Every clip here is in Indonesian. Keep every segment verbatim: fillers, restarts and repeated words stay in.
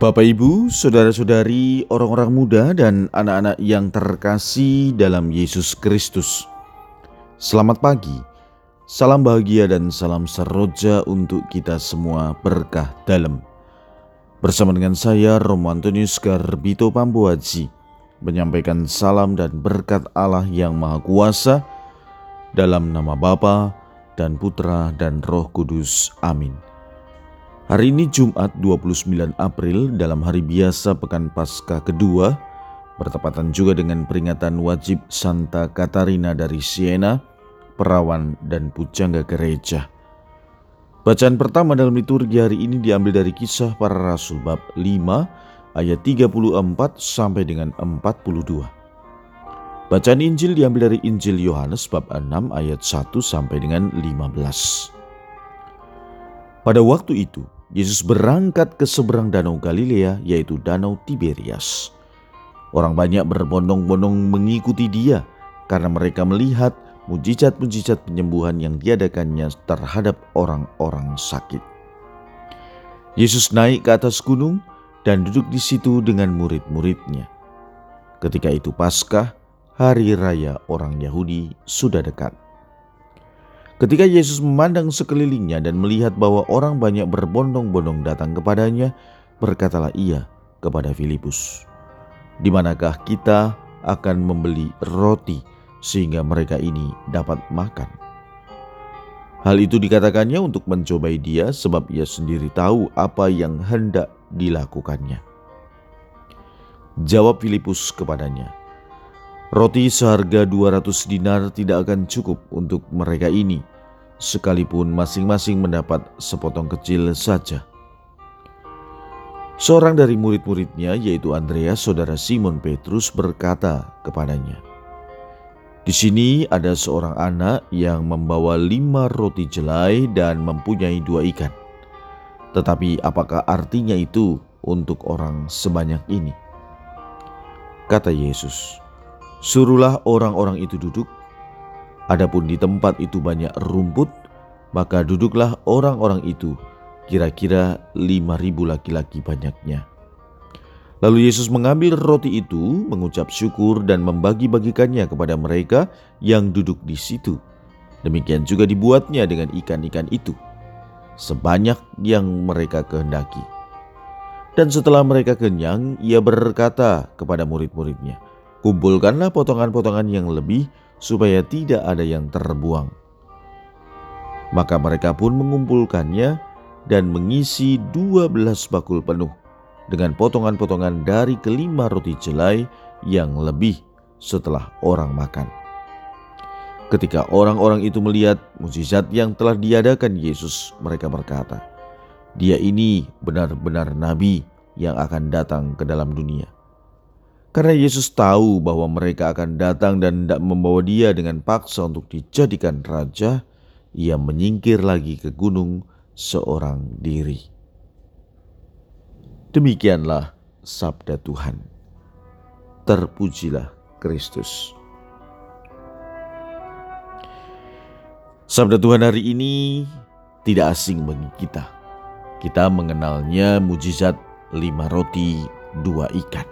Bapak, Ibu, saudara-saudari, orang-orang muda dan anak-anak yang terkasih dalam Yesus Kristus. Selamat pagi, salam bahagia dan salam seroja untuk kita semua berkah dalam. Bersama dengan saya, Romo Antonius Garbito Pambuaji, menyampaikan salam dan berkat Allah yang Maha Kuasa dalam nama Bapa dan Putra dan Roh Kudus. Amin. Hari ini Jumat dua puluh sembilan April dalam hari biasa Pekan Paskah kedua, bertepatan juga dengan peringatan wajib Santa Katarina dari Siena, perawan dan pujangga gereja. Bacaan pertama dalam liturgi hari ini diambil dari Kisah Para Rasul bab lima ayat tiga puluh empat sampai dengan empat puluh dua. Bacaan Injil diambil dari Injil Yohanes bab enam ayat satu sampai dengan lima belas. Pada waktu itu, Yesus berangkat ke seberang danau Galilea, yaitu danau Tiberias. Orang banyak berbondong-bondong mengikuti dia karena mereka melihat mujizat-mujizat penyembuhan yang diadakannya terhadap orang-orang sakit. Yesus naik ke atas gunung dan duduk di situ dengan murid-muridnya. Ketika itu Paskah, hari raya orang Yahudi, sudah dekat. Ketika Yesus memandang sekelilingnya dan melihat bahwa orang banyak berbondong-bondong datang kepadanya, berkatalah ia kepada Filipus, "Di manakah kita akan membeli roti sehingga mereka ini dapat makan?" Hal itu dikatakannya untuk mencobai dia, sebab ia sendiri tahu apa yang hendak dilakukannya. Jawab Filipus kepadanya, "Roti seharga dua ratus dinar tidak akan cukup untuk mereka ini, sekalipun masing-masing mendapat sepotong kecil saja." Seorang dari murid-muridnya, yaitu Andreas, saudara Simon Petrus, berkata kepadanya, "Di sini ada seorang anak yang membawa lima roti jelai dan mempunyai dua ikan. Tetapi apakah artinya itu untuk orang sebanyak ini?" Kata Yesus, "Suruhlah orang-orang itu duduk. Adapun di tempat itu banyak rumput, maka duduklah orang-orang itu, kira-kira lima ribu laki-laki banyaknya." Lalu Yesus mengambil roti itu, mengucap syukur dan membagi-bagikannya kepada mereka yang duduk di situ. Demikian juga dibuatnya dengan ikan-ikan itu, sebanyak yang mereka kehendaki. Dan setelah mereka kenyang, ia berkata kepada murid-muridnya, "Kumpulkanlah potongan-potongan yang lebih, supaya tidak ada yang terbuang." Maka mereka pun mengumpulkannya dan mengisi dua belas bakul penuh dengan potongan-potongan dari kelima roti jelai yang lebih setelah orang makan. Ketika orang-orang itu melihat mukjizat yang telah diadakan Yesus, mereka berkata, "Dia ini benar-benar nabi yang akan datang ke dalam dunia." Karena Yesus tahu bahwa mereka akan datang dan hendak membawa dia dengan paksa untuk dijadikan raja, ia menyingkir lagi ke gunung seorang diri. Demikianlah sabda Tuhan. Terpujilah Kristus. Sabda Tuhan hari ini tidak asing bagi kita. Kita mengenalnya mujizat lima roti dua ikan.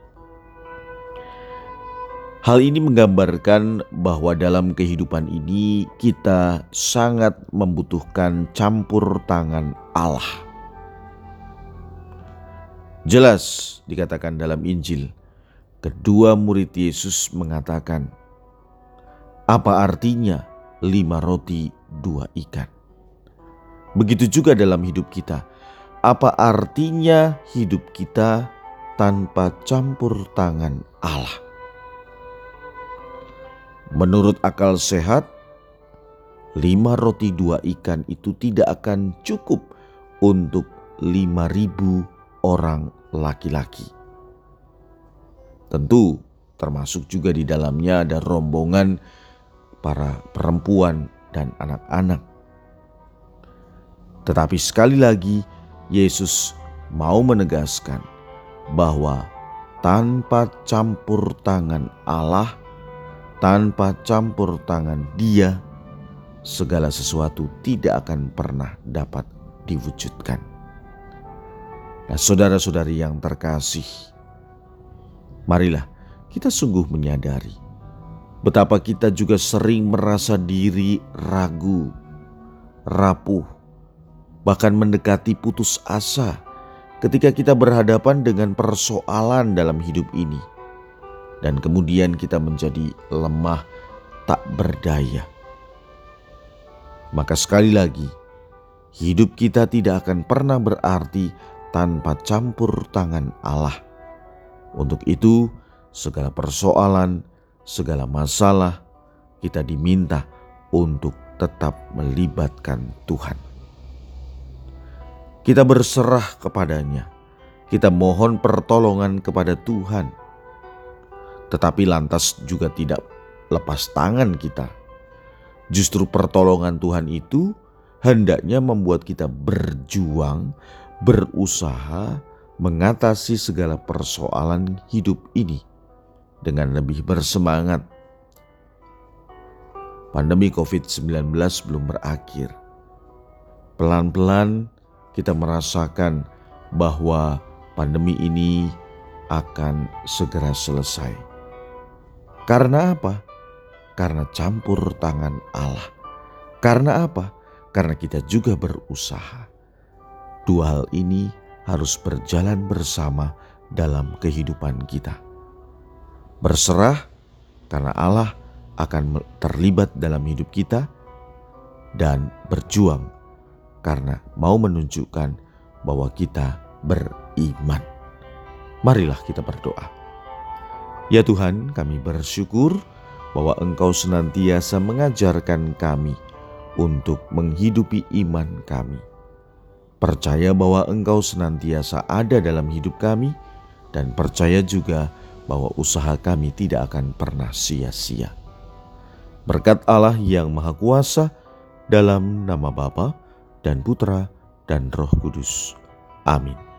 Hal ini menggambarkan bahwa dalam kehidupan ini kita sangat membutuhkan campur tangan Allah. Jelas dikatakan dalam Injil, kedua murid Yesus mengatakan, "Apa artinya lima roti dua ikan?" Begitu juga dalam hidup kita. Apa artinya hidup kita tanpa campur tangan Allah? Menurut akal sehat, lima roti dua ikan itu tidak akan cukup untuk lima ribu orang laki-laki. Tentu termasuk juga di dalamnya ada rombongan para perempuan dan anak-anak. Tetapi sekali lagi Yesus mau menegaskan bahwa tanpa campur tangan Allah, tanpa campur tangan Dia, segala sesuatu tidak akan pernah dapat diwujudkan. Nah, saudara-saudari yang terkasih, marilah kita sungguh menyadari betapa kita juga sering merasa diri ragu, rapuh, bahkan mendekati putus asa ketika kita berhadapan dengan persoalan dalam hidup ini. Dan kemudian kita menjadi lemah, tak berdaya. Maka sekali lagi, hidup kita tidak akan pernah berarti tanpa campur tangan Allah. Untuk itu, segala persoalan, segala masalah, kita diminta untuk tetap melibatkan Tuhan. Kita berserah kepadanya, kita mohon pertolongan kepada Tuhan. Tetapi lantas juga tidak lepas tangan kita. Justru pertolongan Tuhan itu hendaknya membuat kita berjuang, berusaha mengatasi segala persoalan hidup ini dengan lebih bersemangat. Pandemi covid sembilan belas belum berakhir. Pelan-pelan kita merasakan bahwa pandemi ini akan segera selesai. Karena apa? Karena campur tangan Allah. Karena apa? Karena kita juga berusaha. Dua hal ini harus berjalan bersama dalam kehidupan kita. Berserah karena Allah akan terlibat dalam hidup kita, dan berjuang karena mau menunjukkan bahwa kita beriman. Marilah kita berdoa. Ya Tuhan, kami bersyukur bahwa Engkau senantiasa mengajarkan kami untuk menghidupi iman kami. Percaya bahwa Engkau senantiasa ada dalam hidup kami, dan percaya juga bahwa usaha kami tidak akan pernah sia-sia. Berkat Allah yang Maha Kuasa, dalam nama Bapa dan Putra dan Roh Kudus. Amin.